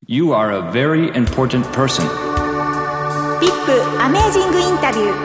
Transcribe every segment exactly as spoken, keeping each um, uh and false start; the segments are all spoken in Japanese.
You are a very important person. ブイアイピー アメージングインタビュー。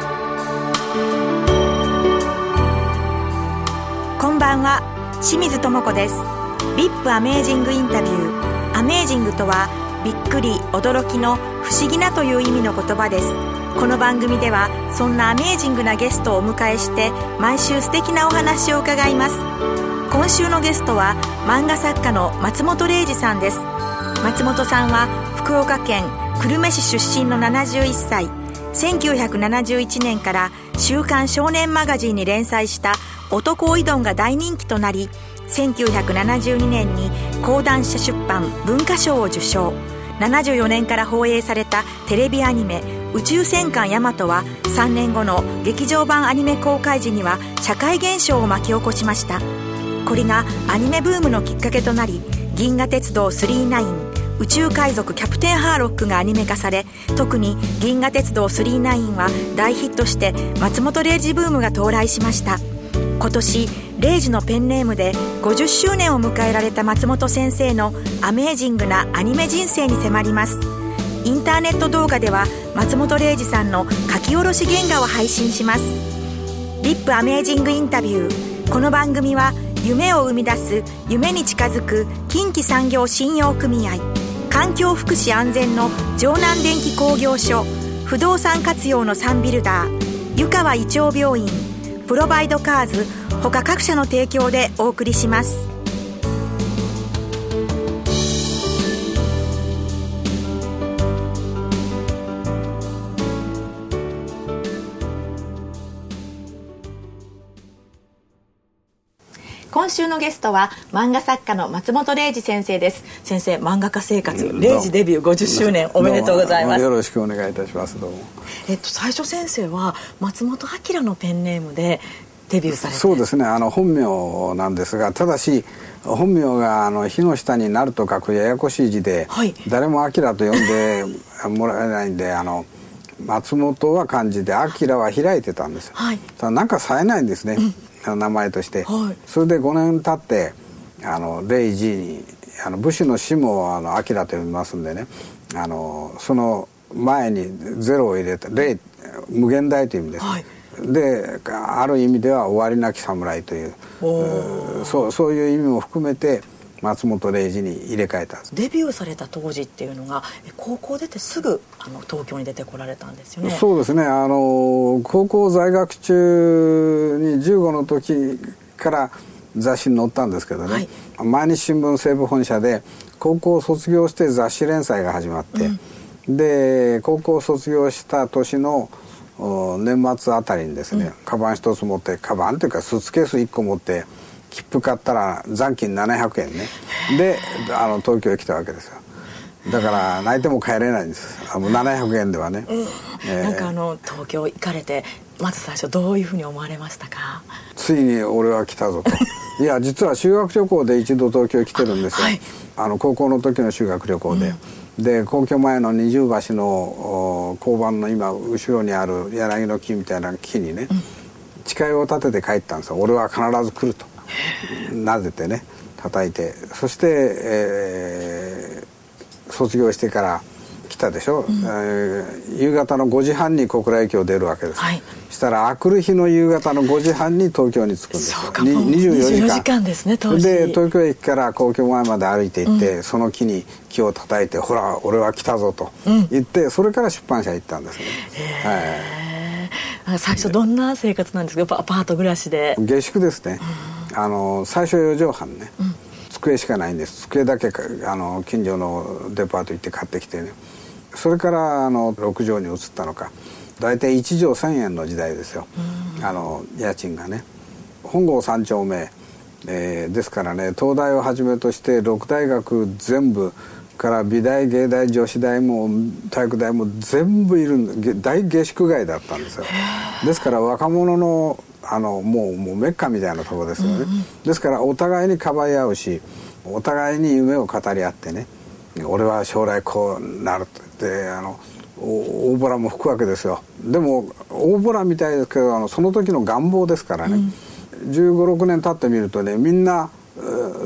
こんばんは、清水智子です。 ブイアイピー アメージングインタビュー。アメージングとはびっくり、驚きの不思議なという意味の言葉です。この番組ではそんなアメージングなゲストをお迎えして毎週素敵なお話を伺います。今週のゲストは漫画作家の松本零士さんです。松本さんは福岡県久留米市出身のななじゅういっさい。せんきゅうひゃくななじゅういちねんから週刊少年マガジンに連載した男おいどんが大人気となり、せんきゅうひゃくななじゅうにねんに講談社出版文化賞を受賞。ななじゅうよねんから放映されたテレビアニメ宇宙戦艦ヤマトはさんねんごの劇場版アニメ公開時には社会現象を巻き起こしました。これがアニメブームのきっかけとなり、銀河鉄道スリーナイン、宇宙海賊キャプテンハーロックがアニメ化され、特に銀河鉄道スリーナインは大ヒットして松本零士ブームが到来しました。今年零士のペンネームでごじゅっしゅうねんを迎えられた松本先生のアメージングなアニメ人生に迫ります。インターネット動画では松本零士さんの書き下ろし原画を配信します。 ブイアイピー アメージングインタビュー。この番組は夢を生み出す、夢に近づく近畿産業信用組合、環境福祉安全の城南電機工業所、不動産活用のサンビルダー、湯川胃腸病院、プロバイドカーズ他各社の提供でお送りします。今週のゲストは漫画作家の松本零士先生です。先生、漫画家生活零士デビューごじゅっしゅうねんおめでとうございます。 よろしくお願いいたします。どうも。 えっと、最初先生は松本明のペンネームでデビューされて。 そうですね、あの本名なんですが、ただし本名があの火の下になると書くややこしい字で、はい、誰も明と呼んでもらえないんで、あの松本は漢字で明は開いてたんですよ、はい、ただなんか冴えないんですね、うん、名前として、はい、それでごねん経ってあの零士にあの武士の士もあの明と呼びますんでね、あのその前にゼロを入れた零、無限大という意味です、はい、である意味では終わりなき侍という、うそう、そういう意味も含めて松本零士に入れ替えたんです。 デビューされた当時っていうのが高校出てすぐあの東京に出てこられたんですよね。 そうですね、あの高校在学中にじゅうごの時から雑誌に載ったんですけどね、はい、毎日新聞西部本社で高校を卒業して雑誌連載が始まって、うん、で高校を卒業した年の年末あたりにですね、うん、カバン一つ持って、カバンというかスーツケースいっこ持って切符買ったら残金ななひゃくえんねであの東京へ来たわけですよ。だから泣いても帰れないんです。あのななひゃくえんではね、うんえー、 なんかあの東京行かれてまず最初どういうふうに思われましたか？ ついに俺は来たぞといや実は修学旅行で一度東京へ来てるんですよ、はい、あの高校の時の修学旅行で、うん、で皇居前の二重橋の交番の今後ろにある柳の木みたいな木にね、うん、誓いを立てて帰ったんですよ。俺は必ず来るとなでてね叩いて、そして、えー、卒業してから来たでしょ、うんえー、夕方のごじはんに小倉駅を出るわけです、はい、したらあくる日の夕方のごじはんに東京に着くんですよ。 そうか、もうにじゅうよじかんですね当時で東京駅から皇居前まで歩いて行って、うん、その木に木を叩いてほら俺は来たぞと言って、うん、それから出版社行ったんですね。 はい、最初どんな生活なんですか？アパート暮らしで下宿ですね、うん、あの最初よじょうはんね、うん、机しかないんです。机だけあの近所のデパート行って買ってきてね、それからあのろくじょうに移ったのか、大体いちじょうせんえんの時代ですよ、うん、あの家賃がね。本郷さんちょうめ、えー、ですからね、東大をはじめとしてろく大学全部から美大芸大女子大も体育大も全部いる大下宿街だったんですよ。ですから若者のあのもう、もうメッカみたいなところですよね、うんうん、ですからお互いにかばい合うし、お互いに夢を語り合ってね、俺は将来こうなるとであの大ボラも吹くわけですよ。でも大ボラみたいですけど、あのその時の願望ですからね、うん、じゅうごろくねん経ってみるとね、みんな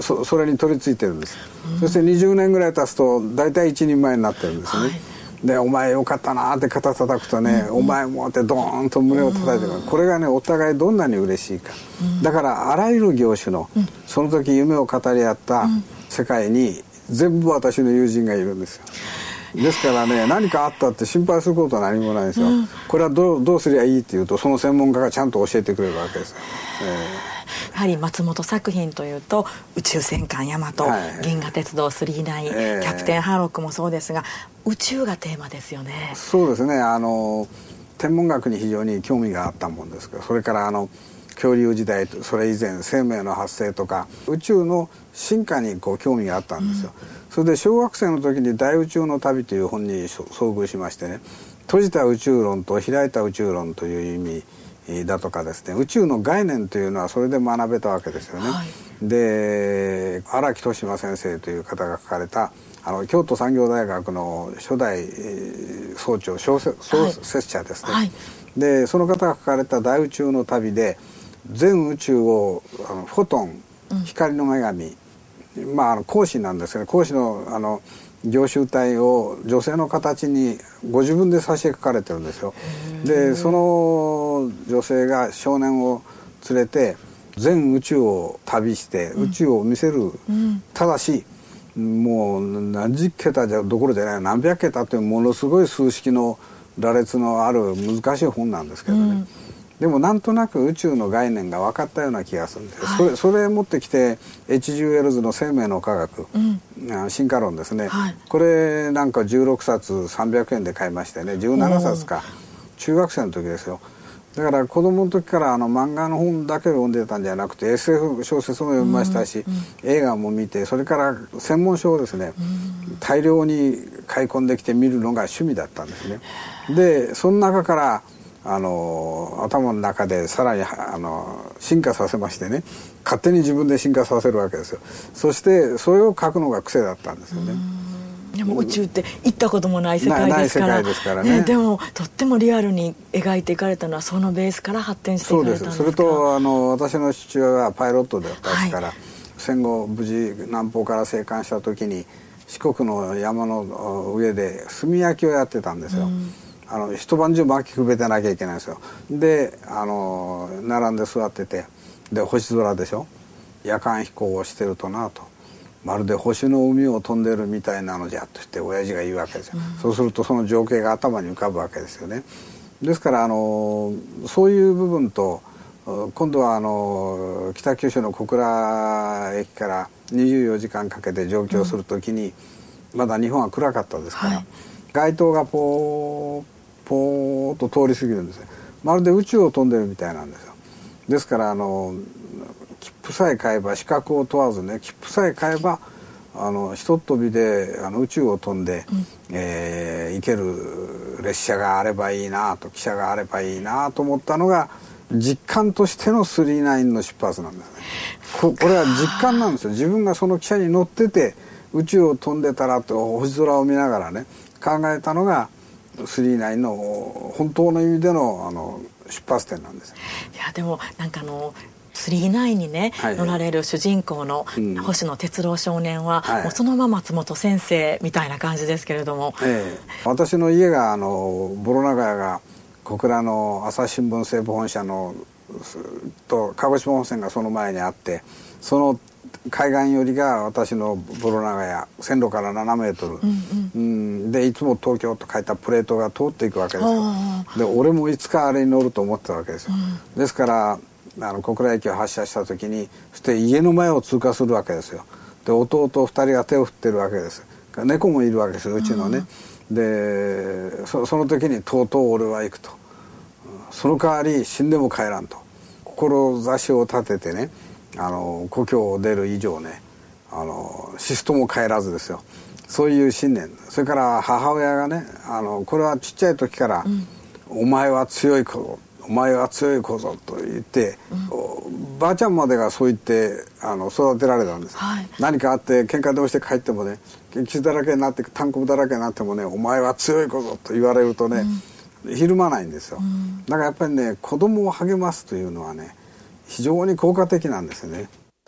そ, それに取り付いてるんです、うん、そしてにじゅうねんぐらい経つと大体一人前になってるんですね、はい、でお前よかったなって肩叩くとね、うん、お前もってドーンと胸を叩いてる、うん、これがねお互いどんなに嬉しいか、うん、だからあらゆる業種の、うん、その時夢を語り合った世界に全部私の友人がいるんですよ。ですからね、何かあったって心配することは何もないんですよ、うん、これはど う, どうすりゃいいっていうとその専門家がちゃんと教えてくれるわけですよ、えー、 やはり松本作品というと宇宙戦艦ヤマト、はい、銀河鉄道スリーナイン、えー、キャプテンハーロックもそうですが宇宙がテーマですよね。 そうですね、あの天文学に非常に興味があったもんですけど、それからあの恐竜時代それ以前生命の発生とか宇宙の進化にこう興味があったんですよ、うん、それで小学生の時に大宇宙の旅という本に遭遇しましてね、閉じた宇宙論と開いた宇宙論という意味だとかですね、宇宙の概念というのはそれで学べたわけですよね、はい、で荒木俊馬先生という方が書かれたあの京都産業大学の初代総長創設者ですね、はいはい、でその方が書かれた大宇宙の旅で全宇宙をあのフォトン、うん、光の女神、まあ、あの光子なんですけど光子のあの凝集体を女性の形にご自分で挿し書かれてるんですよ。でその女性が少年を連れて全宇宙を旅して宇宙を見せる、うん、ただしもう何十桁じゃどころじゃない何百桁というものすごい数式の羅列のある難しい本なんですけどね、うん、でもなんとなく宇宙の概念が分かったような気がするんです、はい、それ、それ持ってきて エイチジー ウェルズの生命の科学、うん、進化論ですね、はい、これなんかじゅうろくさつさんびゃくえんで買いましてねじゅうななさつか中学生の時ですよ。だから子供の時からあの漫画の本だけを読んでたんじゃなくて エスエフ 小説も読みましたし、うんうん、映画も見てそれから専門書をですね、うん、大量に買い込んできて見るのが趣味だったんですね。でその中からあの頭の中でさらにあの進化させましてね、勝手に自分で進化させるわけですよ。そしてそれを書くのが癖だったんですよね。 でも宇宙って行ったこともない世界ですから、 ない世界ですからね、 ね、でもとってもリアルに描いていかれたのはそのベースから発展していかれたんですか。 そうです。それとあの私の父親はパイロットだったですから、はい、戦後無事南方から生還した時に四国の山の上で炭焼きをやってたんですよ、うん、あの一晩中薪くべてなきゃいけないんですよ。であの並んで座っててで星空でしょ、夜間飛行をしてるとなとまるで星の海を飛んでるみたいなのじゃとして親父が言うわけですよ、うん、そうするとその情景が頭に浮かぶわけですよね。ですからあのそういう部分と今度はあの北九州の小倉駅からにじゅうよじかんかけて上京するときに、うん、まだ日本は暗かったですから、はい、街灯がポーポーっと通り過ぎるんですね。まるで宇宙を飛んでるみたいなんですよ。ですからあの切符さえ買えば視覚を問わずね、切符さえ買えばあのひとっ飛びであの宇宙を飛んで、うんえー、行ける列車があればいいなと汽車があればいいなと思ったのが実感としてのスリーナインの出発なんですね。 こ, これは実感なんですよ。自分がその汽車に乗ってて宇宙を飛んでたらと星空を見ながらね考えたのがスリーナインの本当の意味で の, あの出発点なんです。 いやでもなんかあのスリーナインにね、はい、乗られる主人公の星野哲郎少年は、うん、もうそのまま松本先生みたいな感じですけれども、 ええ、私の家があのボロ長屋が小倉の朝日新聞西部本社のと鹿児島本線がその前にあって、その海岸寄りが私のボロ長屋線路からななメートル、うんうん、でいつも東京と書いたプレートが通っていくわけですよ。で俺もいつかあれに乗ると思ってたわけですよ、うん、ですからあの小倉駅を発車した時にそして家の前を通過するわけですよ。で弟ふたりが手を振ってるわけです。猫もいるわけですようちのね、うん、で そ, その時にとうとう俺は行くと、その代わり死んでも帰らんと志を立ててね、あの故郷を出る以上ねあのシストも帰らずですよ。そういう信念。それから母親がねあのこれはちっちゃい時から、うん、お前は強い子お前は強い子ぞと言って、うん、ばあちゃんまでがそう言ってあの育てられたんです、はい、何かあって喧嘩でもして帰ってもね傷だらけになって炭鉱だらけになってもねお前は強い子ぞと言われるとね、うん、ひるまないんですよ、うん、だからやっぱりね子供を励ますというのはね非常に効果的なんですよね。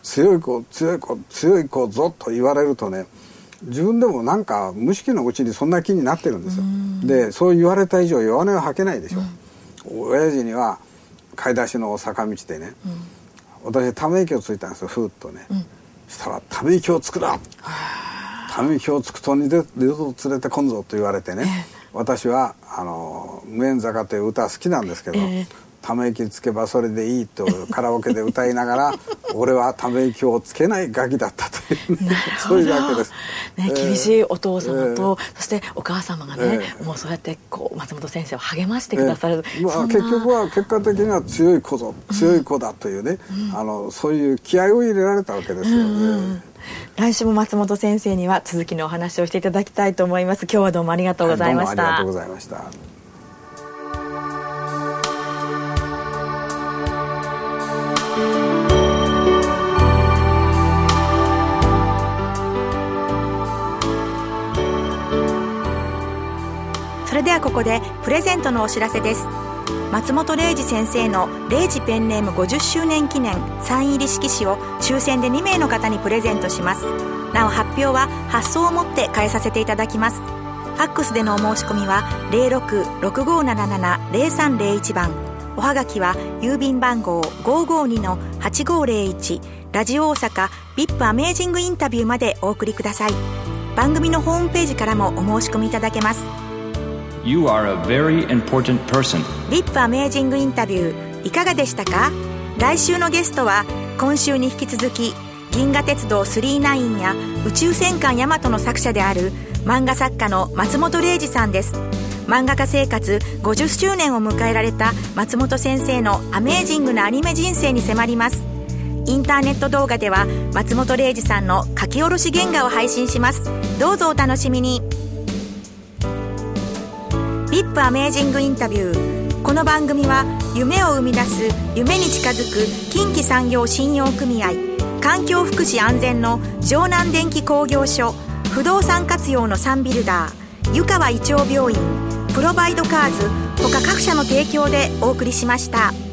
強い子強い子強い子ぞと言われるとね、自分でもなんか無意識のうちにそんな気になってるんですよ。でそう言われた以上弱音は吐けないでしょ。うん、親父には買い出しの坂道でね、うん、私ため息をついたんですよ、ふーっとね、うん、したらため息をつくな、ため息をつくと二度と連れてこんぞと言われてね、えー、私はあの無縁坂という歌好きなんですけど、えーため息つけばそれでいいとカラオケで歌いながら俺はため息をつけないガキだったという、ね、そういうわけです、 ね、厳しいお父様と、えー、そしてお母様がね、えー、もうそうやってこう松本先生を励ましてくださる、 えーまあ、結局は結果的には強い子ぞ、うん、強い子だというね、うん、あのそういう気合を入れられたわけですよね、うんうん、 来週も松本先生には続きのお話をしていただきたいと思います。今日はどうもありがとうございました。 はい、どうもありがとうございました。 それではここでプレゼントのお知らせです。松本零士先生の零士ペンネームごじゅっしゅうねん記念サイン入り色紙を抽選でにめいの方にプレゼントします。なお発表は発送をもって返させていただきます。ファックスでのお申し込みは ゼロろく ろくごーなななな ゼロさんゼロいち 番、おはがきは郵便番号 ごーごーに のはちごーぜろいち ラジオ大阪 ブイアイピー アメージングインタビューまでお送りください。番組のホームページからもお申し込みいただけます。 You are a very important person. ブイアイピー アメージングインタビューいかがでしたか？来週のゲストは今週に引き続き銀河鉄道さんじゅうきゅうや宇宙戦艦ヤマトの作者である漫画作家の松本零士さんです。漫画家生活ごじゅっしゅうねんを迎えられた松本先生のアメージングなアニメ人生に迫ります。インターネット動画では松本零士さんの書き下ろし原画を配信します。どうぞお楽しみに。ブイアイピー アメージングインタビュー。この番組は夢を生み出す夢に近づく近畿産業信用組合、環境福祉安全の城南電機工業所、不動産活用のサンビルダー、湯川胃腸病院、プロバイドカーズ他各社の提供でお送りしました。